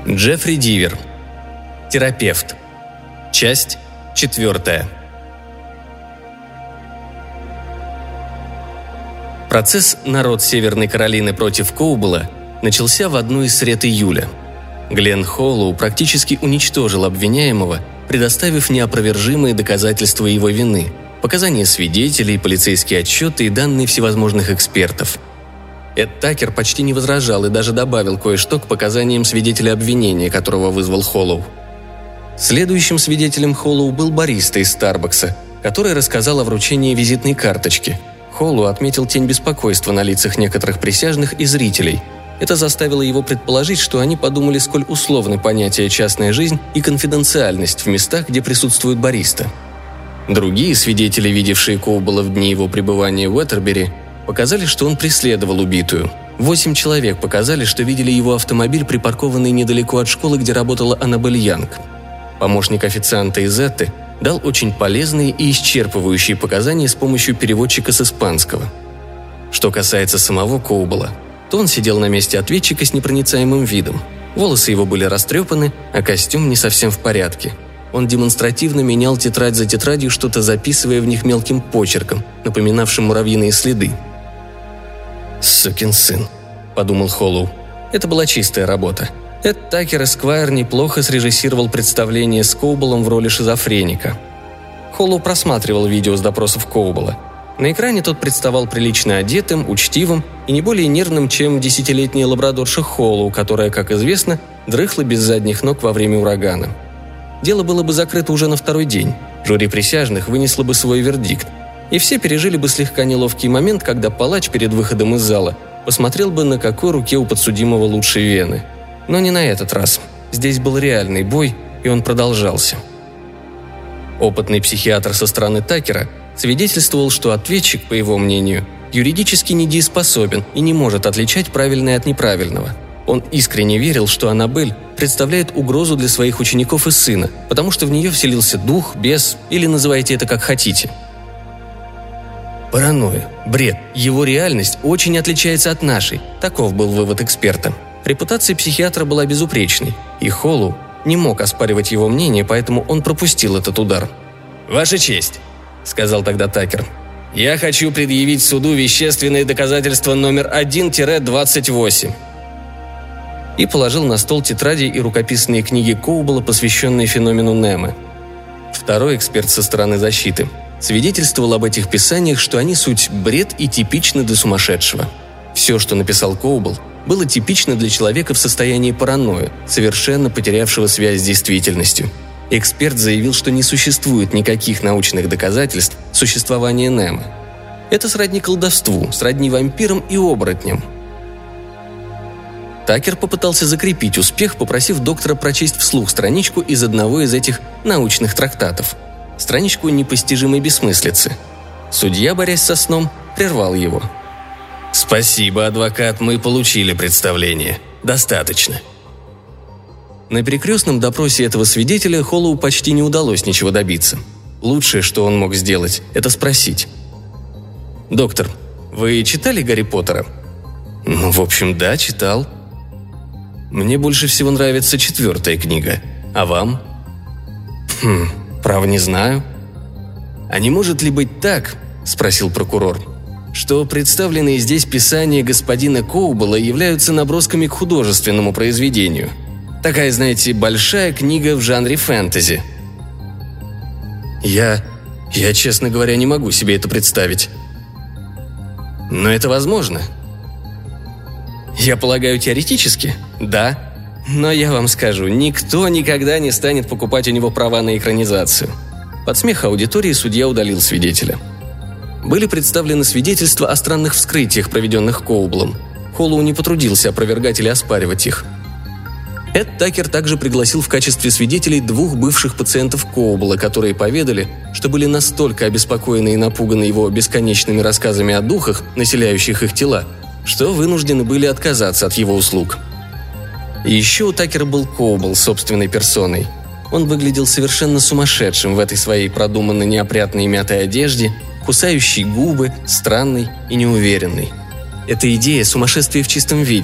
Джеффри Дивер. Терапевт. Часть 4. Процесс «Народ Северной Каролины против Коубела» начался в одну из сред июля. Гленн Холлоу практически уничтожил обвиняемого, предоставив неопровержимые доказательства его вины, показания свидетелей, полицейские отчеты и данные всевозможных экспертов. Эд Такер почти не возражал и даже добавил кое-что к показаниям свидетеля обвинения, которого вызвал Холлоу. Следующим свидетелем Холлоу был бариста из Старбакса, который рассказал о вручении визитной карточки. Холлоу отметил тень беспокойства на лицах некоторых присяжных и зрителей. Это заставило его предположить, что они подумали, сколь условны понятия «частная жизнь» и «конфиденциальность» в местах, где присутствует бариста. Другие свидетели, видевшие Коубела в дни его пребывания в Уэттербери, показали, что он преследовал убитую. 8 человек показали, что видели его автомобиль, припаркованный недалеко от школы, где работала Аннабель Янг. Помощник официанта из Этты дал очень полезные и исчерпывающие показания с помощью переводчика с испанского. Что касается самого Коубела, то он сидел на месте ответчика с непроницаемым видом. Волосы его были растрепаны, а костюм не совсем в порядке. Он демонстративно менял тетрадь за тетрадью, что-то записывая в них мелким почерком, напоминавшим муравьиные следы. «Сукин сын», — подумал Холлоу. Это была чистая работа. Эд Такер Эсквайр неплохо срежиссировал представление с Коубелом в роли шизофреника. Холлоу просматривал видео с допросов Коубела. На экране тот представал прилично одетым, учтивым и не более нервным, чем 10-летняя лабрадорша Холлоу, которая, как известно, дрыхла без задних ног во время урагана. Дело было бы закрыто уже на второй день. Жюри присяжных вынесло бы свой вердикт. И все пережили бы слегка неловкий момент, когда палач перед выходом из зала посмотрел бы, на какой руке у подсудимого лучше вены. Но не на этот раз. Здесь был реальный бой, и он продолжался. Опытный психиатр со стороны Такера свидетельствовал, что ответчик, по его мнению, юридически недееспособен и не может отличать правильное от неправильного. Он искренне верил, что Аннабель представляет угрозу для своих учеников и сына, потому что в нее вселился дух, бес, или называйте это как хотите. Паранойя, бред, его реальность очень отличается от нашей, таков был вывод эксперта. Репутация психиатра была безупречной, и Холлоу не мог оспаривать его мнение, поэтому он пропустил этот удар. «Ваша честь», — сказал тогда Такер, — «я хочу предъявить суду вещественные доказательства номер 1-28». И положил на стол тетради и рукописные книги Коубела, посвященные феномену Немо. Второй эксперт со стороны защиты свидетельствовал об этих писаниях, что они суть бред и типичны для сумасшедшего. Все, что написал Коубел, было типично для человека в состоянии паранойи, совершенно потерявшего связь с действительностью. Эксперт заявил, что не существует никаких научных доказательств существования Немо. Это сродни колдовству, сродни вампирам и оборотням. Такер попытался закрепить успех, попросив доктора прочесть вслух страничку из одного из этих научных трактатов. Страничку непостижимой бессмыслицы. Судья, борясь со сном, прервал его. «Спасибо, адвокат, мы получили представление. Достаточно». На перекрестном допросе этого свидетеля Холлоу почти не удалось ничего добиться. Лучшее, что он мог сделать, это спросить. «Доктор, вы читали «Гарри Поттера»?» «Ну, в общем, да, читал». «Мне больше всего нравится 4-я книга. А вам?» «Право не знаю». «А не может ли быть так, — спросил прокурор, — что представленные здесь писания господина Коубела являются набросками к художественному произведению? Такая, знаете, большая книга в жанре фэнтези». Я, честно говоря, не могу себе это представить. Но это возможно. Я полагаю, теоретически? Да. Но я вам скажу, никто никогда не станет покупать у него права на экранизацию. Под смех аудитории судья удалил свидетеля. Были представлены свидетельства о странных вскрытиях, проведенных Коубелом. Холлоу не потрудился опровергать или оспаривать их. Эд Такер также пригласил в качестве свидетелей 2 бывших пациентов Коубела, которые поведали, что были настолько обеспокоены и напуганы его бесконечными рассказами о духах, населяющих их тела, что вынуждены были отказаться от его услуг. И еще у Такера был Коубел собственной персоной. Он выглядел совершенно сумасшедшим в этой своей продуманной неопрятной и мятой одежде, кусающий губы, странный и неуверенный. Эта идея – сумасшествие в чистом виде.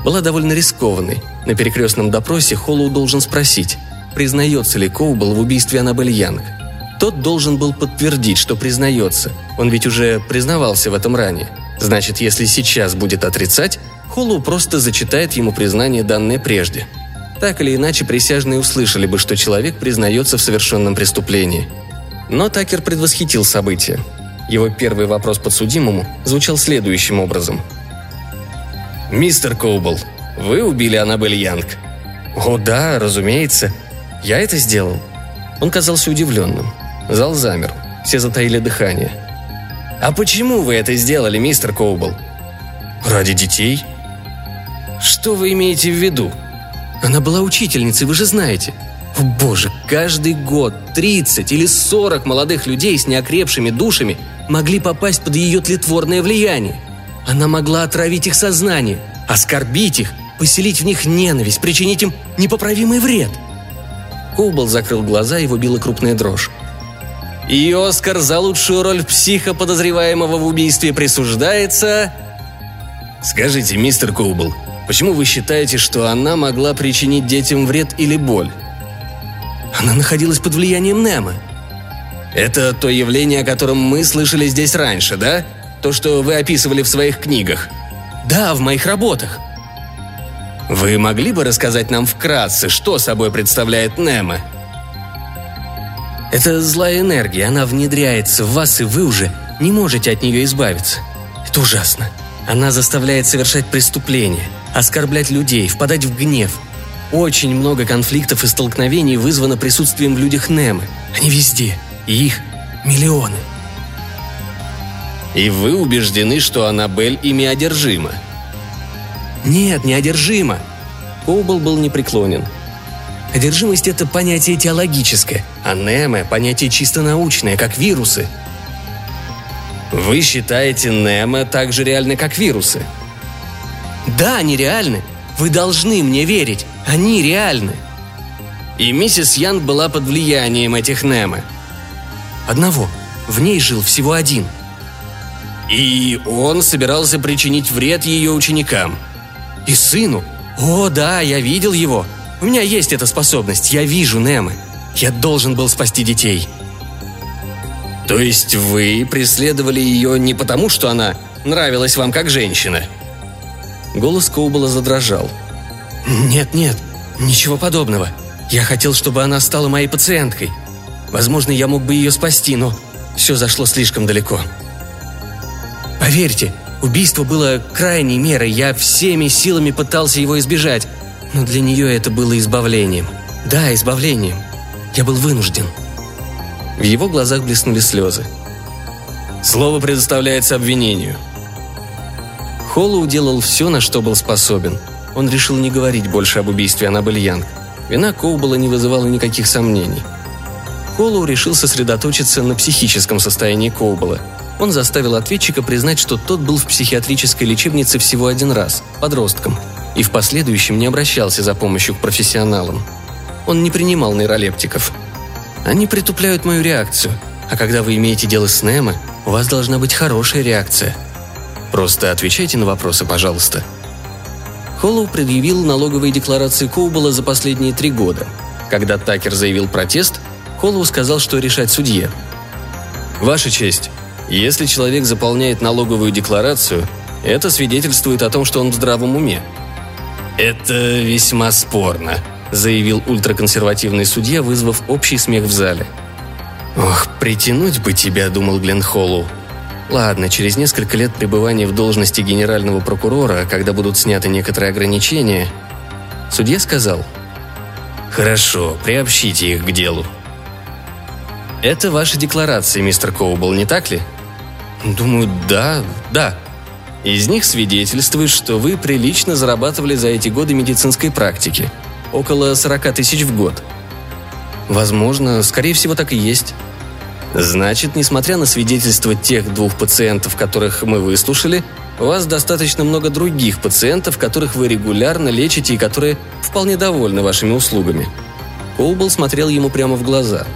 была довольно рискованной. На перекрестном допросе Холлоу должен спросить, признается ли Коубл в убийстве Аннабель Янг. Тот должен был подтвердить, что признается. Он ведь уже признавался в этом ранее. Значит, если сейчас будет отрицать, Холлоу просто зачитает ему признание, данное прежде. Так или иначе, присяжные услышали бы, что человек признается в совершенном преступлении. Но Такер предвосхитил события. Его первый вопрос подсудимому звучал следующим образом. «Мистер Коубл, вы убили Аннабель Янг?» «О да, разумеется. Я это сделал». Он казался удивленным. Зал замер. Все затаили дыхание. «А почему вы это сделали, мистер Коубл?» «Ради детей». «Что вы имеете в виду?» «Она была учительницей, вы же знаете». О, боже, каждый год 30 или 40 молодых людей с неокрепшими душами могли попасть под ее тлетворное влияние. Она могла отравить их сознание, оскорбить их, поселить в них ненависть, причинить им непоправимый вред». Коубл закрыл глаза, его била крупная дрожь. «И Оскар за лучшую роль психа, подозреваемого в убийстве, присуждается...» «Скажите, мистер Коубл, почему вы считаете, что она могла причинить детям вред или боль?» «Она находилась под влиянием Немо». «Это то явление, о котором мы слышали здесь раньше, да? То, что вы описывали в своих книгах?» «Да, в моих работах». «Вы могли бы рассказать нам вкратце, что собой представляет Немо?» «Это злая энергия, она внедряется в вас, и вы уже не можете от нее избавиться. Это ужасно. Она заставляет совершать преступления, оскорблять людей, впадать в гнев. Очень много конфликтов и столкновений вызвано присутствием в людях Немо. Они везде, и их миллионы». «И вы убеждены, что Аннабель ими одержима?» «Нет, не одержима». Коубл был непреклонен. Одержимость – это понятие теологическое, а Немо – понятие чисто научное, как вирусы. «Вы считаете Немо так же реальны, как вирусы?» «Да, они реальны. Вы должны мне верить. Они реальны». «И миссис Янг была под влиянием этих Немо?» «Одного. В ней жил всего один». «И он собирался причинить вред ее ученикам?» «И сыну? О, да, я видел его. У меня есть эта способность. Я вижу Немо. Я должен был спасти детей». «То есть вы преследовали ее не потому, что она нравилась вам как женщина?» Голос Коубла задрожал. «Нет, ничего подобного. Я хотел, чтобы она стала моей пациенткой. Возможно, я мог бы ее спасти, но все зашло слишком далеко. Поверьте, убийство было крайней мерой, я всеми силами пытался его избежать, но для нее это было избавлением. Да, избавлением. Я был вынужден». В его глазах блеснули слезы. «Слово предоставляется обвинению». Холлоу делал все, на что был способен. Он решил не говорить больше об убийстве Аннабель Янг. Вина Коубла не вызывала никаких сомнений. Холлоу решил сосредоточиться на психическом состоянии Коубла. Он заставил ответчика признать, что тот был в психиатрической лечебнице всего один раз, подростком, и в последующем не обращался за помощью к профессионалам. Он не принимал нейролептиков. «Они притупляют мою реакцию, а когда вы имеете дело с Немо, у вас должна быть хорошая реакция. Просто отвечайте на вопросы, пожалуйста». Холлоу предъявил налоговые декларации Коубла за последние 3 года. Когда Такер заявил протест, Холлоу сказал, что решать судье. «Ваша честь, если человек заполняет налоговую декларацию, это свидетельствует о том, что он в здравом уме». «Это весьма спорно», – заявил ультраконсервативный судья, вызвав общий смех в зале. «Ох, притянуть бы тебя», – думал Гленн Холлоу. Ладно, через несколько лет пребывания в должности генерального прокурора, когда будут сняты некоторые ограничения, судья сказал: «Хорошо, приобщите их к делу». «Это ваши декларации, мистер Коубл, не так ли?» «Думаю, да. Из них свидетельствует, что вы прилично зарабатывали за эти годы медицинской практики. Около 40 тысяч в год». «Возможно, скорее всего, так и есть». «Значит, несмотря на свидетельства тех 2 пациентов, которых мы выслушали, у вас достаточно много других пациентов, которых вы регулярно лечите и которые вполне довольны вашими услугами». Коубл смотрел ему прямо в глаза.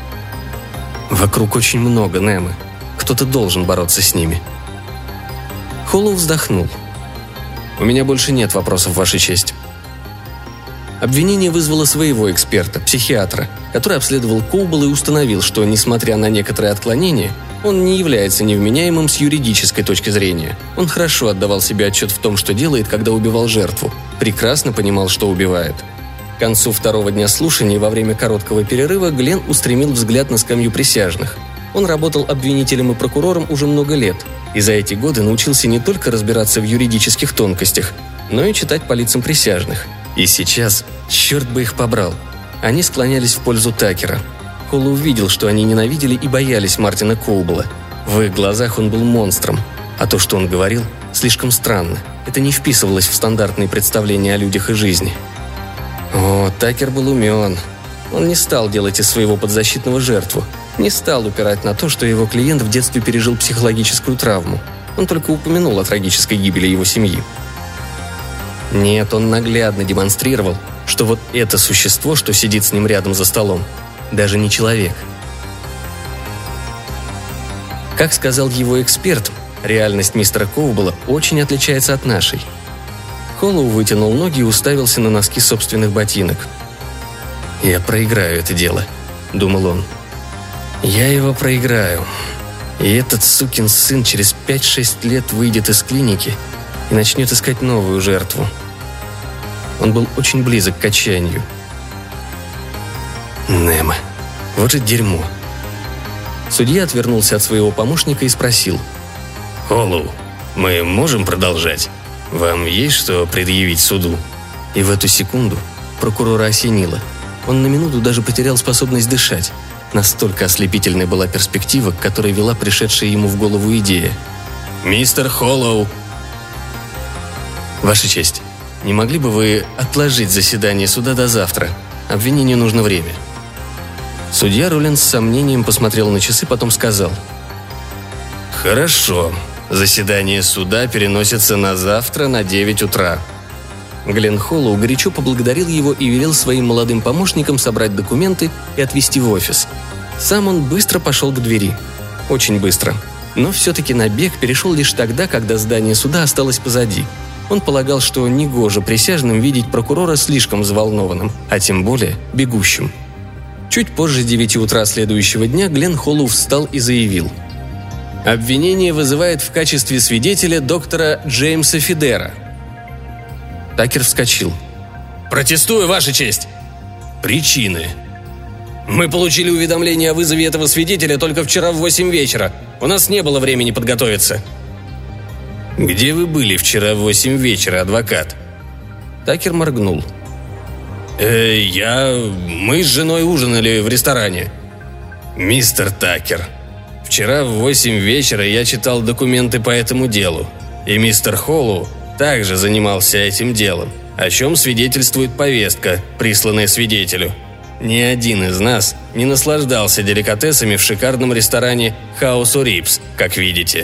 «Вокруг очень много Немо. Кто-то должен бороться с ними». Холлоу вздохнул. У меня больше нет вопросов, Ваша честь». Обвинение вызвало своего эксперта, психиатра, который обследовал Коубелла и установил, что, несмотря на некоторые отклонения, он не является невменяемым с юридической точки зрения. Он хорошо отдавал себе отчет в том, что делает, когда убивал жертву, прекрасно понимал, что убивает. К концу второго дня слушаний во время короткого перерыва Гленн устремил взгляд на скамью присяжных. Он работал обвинителем и прокурором уже много лет, и за эти годы научился не только разбираться в юридических тонкостях, но и читать по лицам присяжных. И сейчас, черт бы их побрал, они склонялись в пользу Такера. Холлоу увидел, что они ненавидели и боялись Мартина Коубелла. В их глазах он был монстром, а то, что он говорил, слишком странно. Это не вписывалось в стандартные представления о людях и жизни. О, Такер был умен. Он не стал делать из своего подзащитного жертву, не стал упирать на то, что его клиент в детстве пережил психологическую травму. Он только упомянул о трагической гибели его семьи. Нет, он наглядно демонстрировал, что вот это существо, что сидит с ним рядом за столом, даже не человек. Как сказал его эксперт, реальность мистера Коубелла очень отличается от нашей. Холлоу вытянул ноги и уставился на носки собственных ботинок. «Я проиграю это дело», — думал он. «Я его проиграю. И этот сукин сын через 5-6 лет выйдет из клиники и начнет искать новую жертву». Он был очень близок к отчаянию. Немо. Вот же дерьмо. Судья отвернулся от своего помощника и спросил. «Холлоу, мы можем продолжать? Вам есть что предъявить суду?» И в эту секунду прокурора осенило. Он на минуту даже потерял способность дышать. Настолько ослепительной была перспектива, к которой вела пришедшая ему в голову идея. «Мистер Холлоу!» «Ваша честь, не могли бы вы отложить заседание суда до завтра? Обвинению нужно время». Судья Роллинс с сомнением посмотрел на часы, потом сказал. «Хорошо. Заседание суда переносится на завтра на 9 утра». Гленн Холлоу горячо поблагодарил его и велел своим молодым помощникам собрать документы и отвезти в офис. Сам он быстро пошел к двери. Очень быстро. Но все-таки на бег перешел лишь тогда, когда здание суда осталось позади. Он полагал, что негоже присяжным видеть прокурора слишком взволнованным, а тем более бегущим. Чуть позже 9 утра следующего дня Гленн Холлоу встал и заявил. «Обвинение вызывает в качестве свидетеля доктора Джеймса Фидера». Такер вскочил. «Протестую, Ваша честь!» «Причины?» «Мы получили уведомление о вызове этого свидетеля только вчера в 8 вечера. У нас не было времени подготовиться». «Где вы были вчера в 8 вечера, адвокат?» Такер моргнул. Мы с женой ужинали в ресторане». «Мистер Такер, вчера в 8 вечера я читал документы по этому делу, и мистер Холлоу также занимался этим делом, о чем свидетельствует повестка, присланная свидетелю. Ни один из нас не наслаждался деликатесами в шикарном ресторане «Хаус о Рипс», как видите».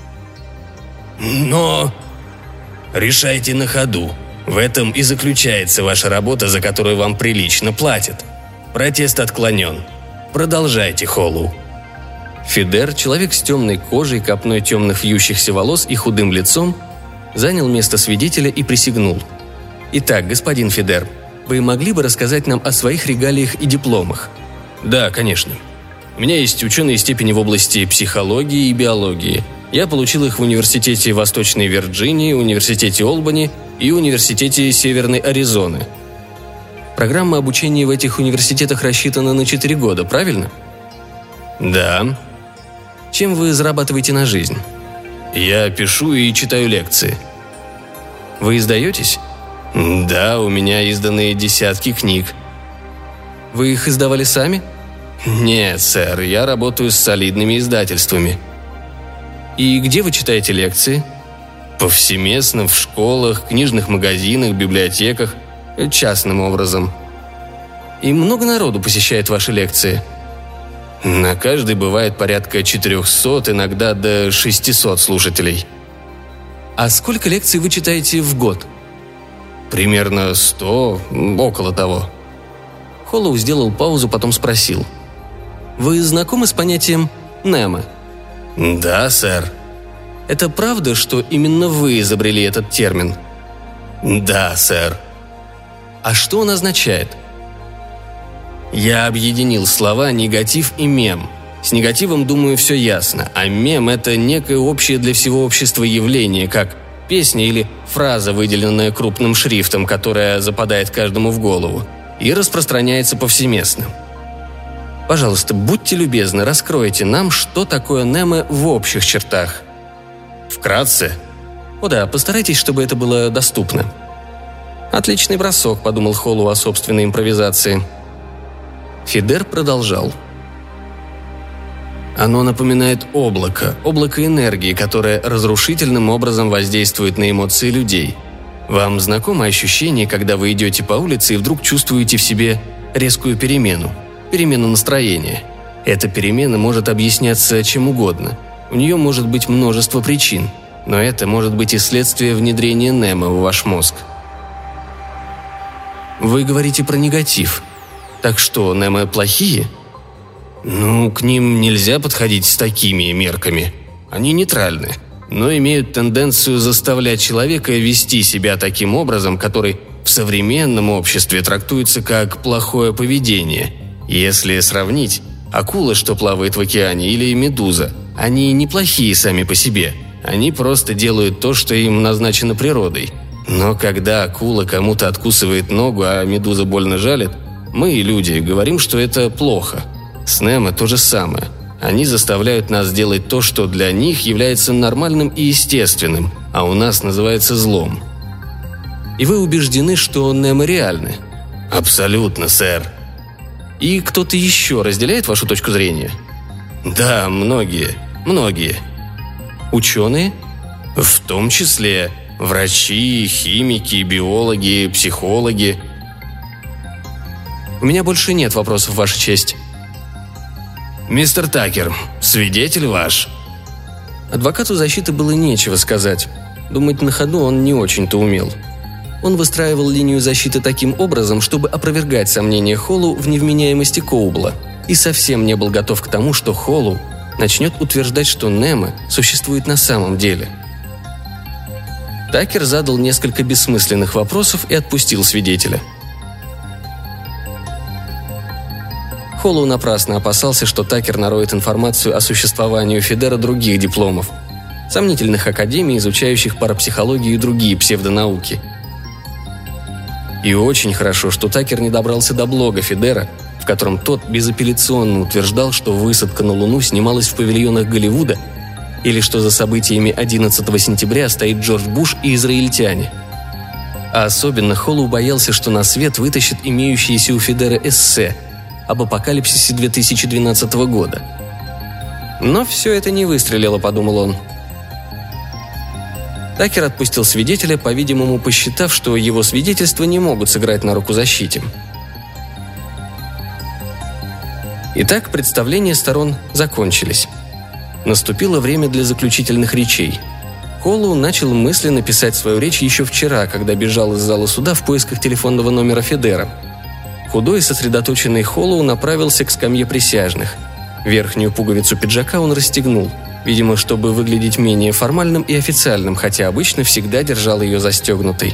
«Но...» «Решайте на ходу. В этом и заключается ваша работа, за которую вам прилично платят. Протест отклонен. Продолжайте, Холлоу». Фидер, человек с темной кожей, копной темных вьющихся волос и худым лицом, занял место свидетеля и присягнул. «Итак, господин Фидер, вы могли бы рассказать нам о своих регалиях и дипломах?» «Да, конечно. У меня есть ученые степени в области психологии и биологии. Я получил их в Университете Восточной Вирджинии, Университете Олбани и Университете Северной Аризоны. Программа обучения в этих университетах рассчитана на 4 года, правильно?» «Да». «Чем вы зарабатываете на жизнь?» «Я пишу и читаю лекции». «Вы издаетесь?» «Да, у меня изданы десятки книг». «Вы их издавали сами?» «Нет, сэр, я работаю с солидными издательствами». «И где вы читаете лекции?» «Повсеместно, в школах, книжных магазинах, библиотеках, частным образом». «И много народу посещает ваши лекции?» «На каждой бывает порядка 400, иногда до 600 слушателей». «А сколько лекций вы читаете в год?» «Примерно 100, около того». Холлоу сделал паузу, потом спросил. «Вы знакомы с понятием «немо»?» «Да, сэр». «Это правда, что именно вы изобрели этот термин?» «Да, сэр». «А что он означает?» Я объединил слова «негатив» и «мем». С негативом, думаю, все ясно, а мем – это некое общее для всего общества явление, как песня или фраза, выделенная крупным шрифтом, которая западает каждому в голову и распространяется повсеместно. Пожалуйста, будьте любезны, раскройте нам, что такое Немо в общих чертах. Вкратце? О да, постарайтесь, чтобы это было доступно. Отличный бросок, подумал Холлоу о собственной импровизации. Фидер продолжал. Оно напоминает облако энергии, которое разрушительным образом воздействует на эмоции людей. Вам знакомо ощущение, когда вы идете по улице и вдруг чувствуете в себе резкую перемену настроения? Эта перемена может объясняться чем угодно. У нее может быть множество причин, но это может быть и следствие внедрения Немо в ваш мозг. Вы говорите про негатив. Так что, Немо плохие? К ним нельзя подходить с такими мерками. Они нейтральны, но имеют тенденцию заставлять человека вести себя таким образом, который в современном обществе трактуется как плохое поведение. Если сравнить, акула, что плавает в океане, или медуза, они неплохие сами по себе. Они просто делают то, что им назначено природой. Но когда акула кому-то откусывает ногу, а медуза больно жалит, мы, люди, говорим, что это плохо. С Немо то же самое. Они заставляют нас делать то, что для них является нормальным и естественным, а у нас называется злом. И вы убеждены, что Немо реальны? Абсолютно, сэр. И кто-то еще разделяет вашу точку зрения? Да, многие. Ученые? В том числе врачи, химики, биологи, психологи. У меня больше нет вопросов, Ваша честь. «Мистер Такер, свидетель ваш». Адвокату защиты было нечего сказать. Думать на ходу он не очень-то умел. Он выстраивал линию защиты таким образом, чтобы опровергать сомнения Холлоу в невменяемости Коубла, и совсем не был готов к тому, что Холлоу начнет утверждать, что Немо существует на самом деле. Такер задал несколько бессмысленных вопросов и отпустил свидетеля. Холлоу напрасно опасался, что Такер нароет информацию о существовании у Фидера других дипломов, сомнительных академий, изучающих парапсихологию и другие псевдонауки. И очень хорошо, что Такер не добрался до блога Фидера, в котором тот безапелляционно утверждал, что высадка на Луну снималась в павильонах Голливуда или что за событиями 11 сентября стоит Джордж Буш и израильтяне. А особенно Холлоу боялся, что на свет вытащит имеющиеся у Фидера эссе об апокалипсисе 2012 года. Но все это не выстрелило, подумал он. Такер отпустил свидетеля, по-видимому, посчитав, что его свидетельства не могут сыграть на руку защите. Итак, представления сторон закончились. Наступило время для заключительных речей. Холлоу начал мысленно писать свою речь еще вчера, когда бежал из зала суда в поисках телефонного номера Фидера. Худой и сосредоточенный Холлоу направился к скамье присяжных. Верхнюю пуговицу пиджака он расстегнул, видимо, чтобы выглядеть менее формальным и официальным, хотя обычно всегда держал ее застегнутой.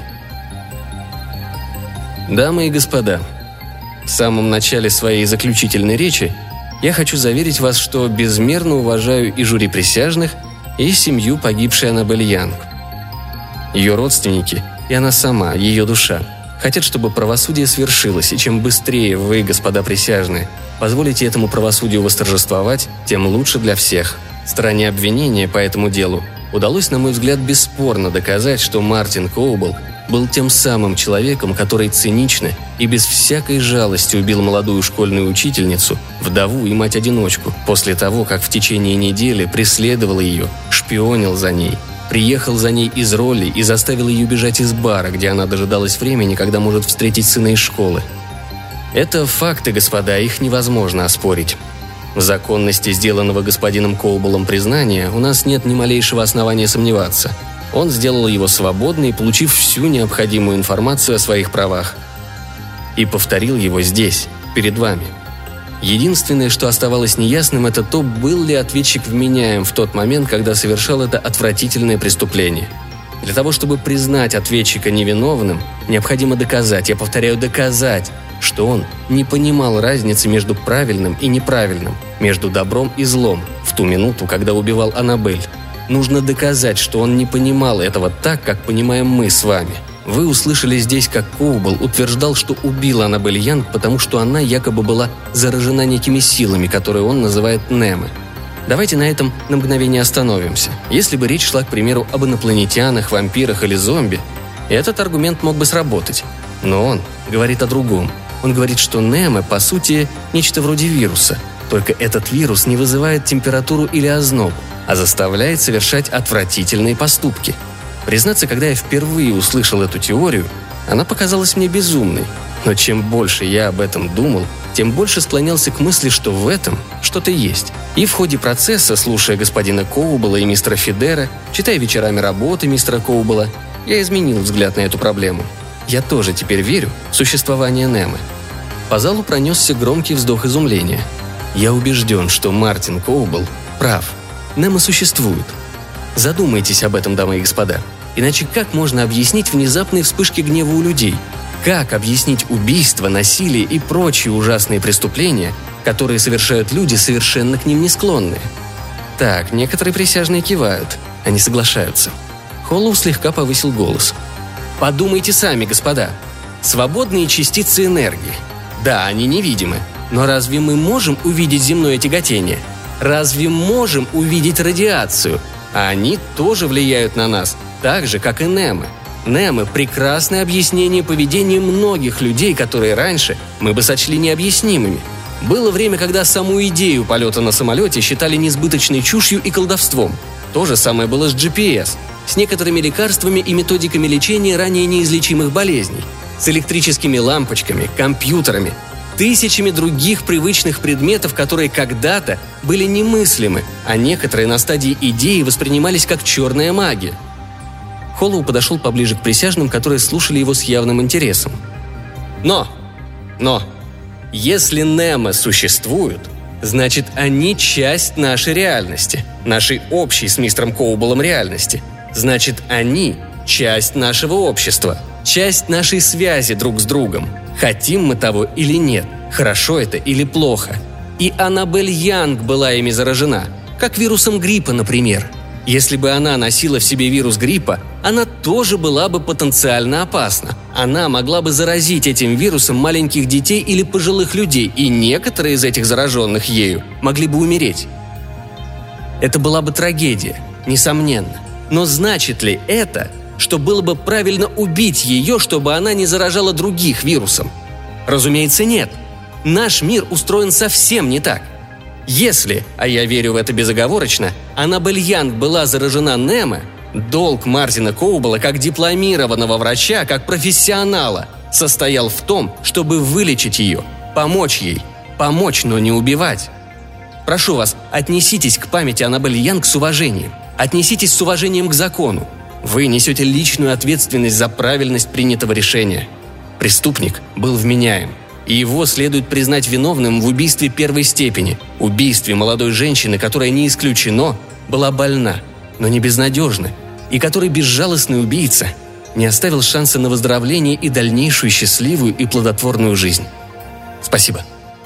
Дамы и господа, в самом начале своей заключительной речи я хочу заверить вас, что безмерно уважаю и жюри присяжных, и семью погибшей Аннабель Янг. Ее родственники и она сама, ее душа, хотят, чтобы правосудие свершилось, и чем быстрее вы, господа присяжные, позволите этому правосудию восторжествовать, тем лучше для всех. Стороне обвинения по этому делу удалось, на мой взгляд, бесспорно доказать, что Мартин Коубл был тем самым человеком, который цинично и без всякой жалости убил молодую школьную учительницу, вдову и мать-одиночку, после того, как в течение недели преследовал ее, шпионил за ней, приехал за ней из роли и заставил ее бежать из бара, где она дожидалась времени, когда может встретить сына из школы. Это факты, господа, их невозможно оспорить. В законности сделанного господином Коублом признания у нас нет ни малейшего основания сомневаться. Он сделал его свободной, получив всю необходимую информацию о своих правах. И повторил его здесь, перед вами. Единственное, что оставалось неясным, это то, был ли ответчик вменяем в тот момент, когда совершал это отвратительное преступление. Для того, чтобы признать ответчика невиновным, необходимо доказать, я повторяю, доказать, что он не понимал разницы между правильным и неправильным, между добром и злом в ту минуту, когда убивал Аннабель. Нужно доказать, что он не понимал этого так, как понимаем мы с вами. Вы услышали здесь, как Коубл утверждал, что убил Аннабель Янг, потому что она якобы была заражена некими силами, которые он называет Немы. Давайте на этом на мгновение остановимся. Если бы речь шла, к примеру, об инопланетянах, вампирах или зомби, этот аргумент мог бы сработать. Но он говорит о другом. Он говорит, что Немы, по сути, нечто вроде вируса. Только этот вирус не вызывает температуру или озноб, а заставляет совершать отвратительные поступки. Признаться, когда я впервые услышал эту теорию, она показалась мне безумной. Но чем больше я об этом думал, тем больше склонялся к мысли, что в этом что-то есть. И в ходе процесса, слушая господина Коубла и мистера Фидера, читая вечерами работы мистера Коубла, я изменил взгляд на эту проблему. Я тоже теперь верю в существование Немы. По залу пронесся громкий вздох изумления. Я убежден, что Мартин Коубл прав. Немы существуют. Задумайтесь об этом, дамы и господа. Иначе как можно объяснить внезапные вспышки гнева у людей? Как объяснить убийства, насилие и прочие ужасные преступления, которые совершают люди, совершенно к ним не склонные? Так, некоторые присяжные кивают. Они соглашаются. Холлоу слегка повысил голос. Подумайте сами, господа. Свободные частицы энергии. Да, они невидимы. Но разве мы можем увидеть земное тяготение? Разве можем увидеть радиацию? А они тоже влияют на нас, так же, как и Немы. Немы – прекрасное объяснение поведения многих людей, которые раньше мы бы сочли необъяснимыми. Было время, когда саму идею полета на самолете считали несбыточной чушью и колдовством. То же самое было с GPS, с некоторыми лекарствами и методиками лечения ранее неизлечимых болезней, с электрическими лампочками, компьютерами, тысячами других привычных предметов, которые когда-то были немыслимы, а некоторые на стадии идеи воспринимались как черная магия. Холлоу подошел поближе к присяжным, которые слушали его с явным интересом. Но, если Немы существуют, значит, они часть нашей реальности, нашей общей с мистером Коублом реальности. Значит, они часть нашего общества, часть нашей связи друг с другом. Хотим мы того или нет, хорошо это или плохо. И Аннабель Янг была ими заражена, как вирусом гриппа, например. Если бы она носила в себе вирус гриппа, она тоже была бы потенциально опасна. Она могла бы заразить этим вирусом маленьких детей или пожилых людей, и некоторые из этих зараженных ею могли бы умереть. Это была бы трагедия, несомненно. Но значит ли это, что было бы правильно убить ее, чтобы она не заражала других вирусом? Разумеется, нет. Наш мир устроен совсем не так. Если, а я верю в это безоговорочно, Аннабель Янг была заражена Немы, долг Мартина Коубла как дипломированного врача, как профессионала, состоял в том, чтобы вылечить ее, помочь ей. Помочь, но не убивать. Прошу вас, отнеситесь к памяти Аннабель Янг с уважением. Отнеситесь с уважением к закону. Вы несете личную ответственность за правильность принятого решения. Преступник был вменяем, и его следует признать виновным в убийстве первой степени, убийстве молодой женщины, которая, не исключено, была больна, но не безнадежна, и которой безжалостный убийца не оставил шанса на выздоровление и дальнейшую счастливую и плодотворную жизнь. Спасибо.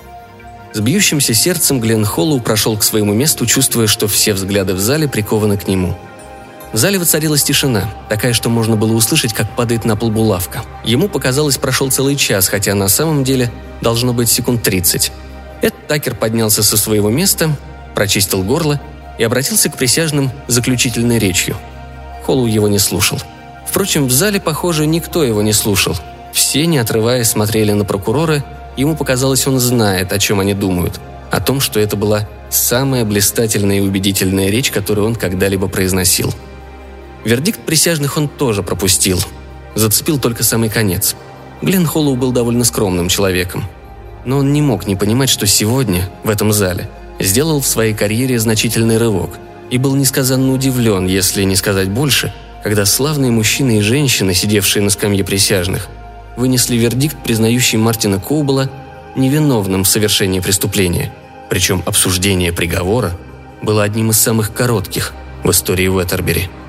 С бьющимся сердцем Гленн Холлоу прошел к своему месту, чувствуя, что все взгляды в зале прикованы к нему. В зале воцарилась тишина, такая, что можно было услышать, как падает на пол булавка. Ему показалось, прошел целый час, хотя на самом деле должно быть секунд 30. Эд Такер поднялся со своего места, прочистил горло и обратился к присяжным с заключительной речью. Холлоу его не слушал. Впрочем, в зале, похоже, никто его не слушал. Все, не отрываясь, смотрели на прокурора. Ему показалось, он знает, о чем они думают. О том, что это была самая блистательная и убедительная речь, которую он когда-либо произносил. Вердикт присяжных он тоже пропустил. Зацепил только самый конец. Гленн Холлоу был довольно скромным человеком. Но он не мог не понимать, что сегодня, в этом зале, сделал в своей карьере значительный рывок. И был несказанно удивлен, если не сказать больше, когда славные мужчины и женщины, сидевшие на скамье присяжных, вынесли вердикт, признающий Мартина Коубла невиновным в совершении преступления. Причем обсуждение приговора было одним из самых коротких в истории Уэттербери.